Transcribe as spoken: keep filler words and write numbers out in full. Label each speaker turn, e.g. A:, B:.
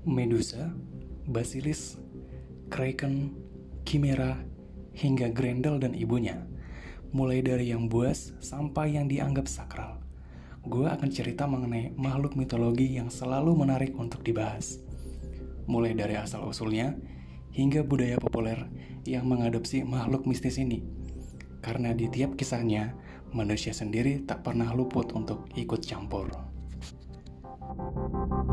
A: Medusa, Basilis, Kraken, Chimera, hingga Grendel dan ibunya. Mulai dari yang buas sampai yang dianggap sakral. Gue akan cerita mengenai makhluk mitologi yang selalu menarik untuk dibahas. Mulai dari asal-usulnya hingga budaya populer yang mengadopsi makhluk mistis ini. Karena di tiap kisahnya, manusia sendiri tak pernah luput untuk ikut campur.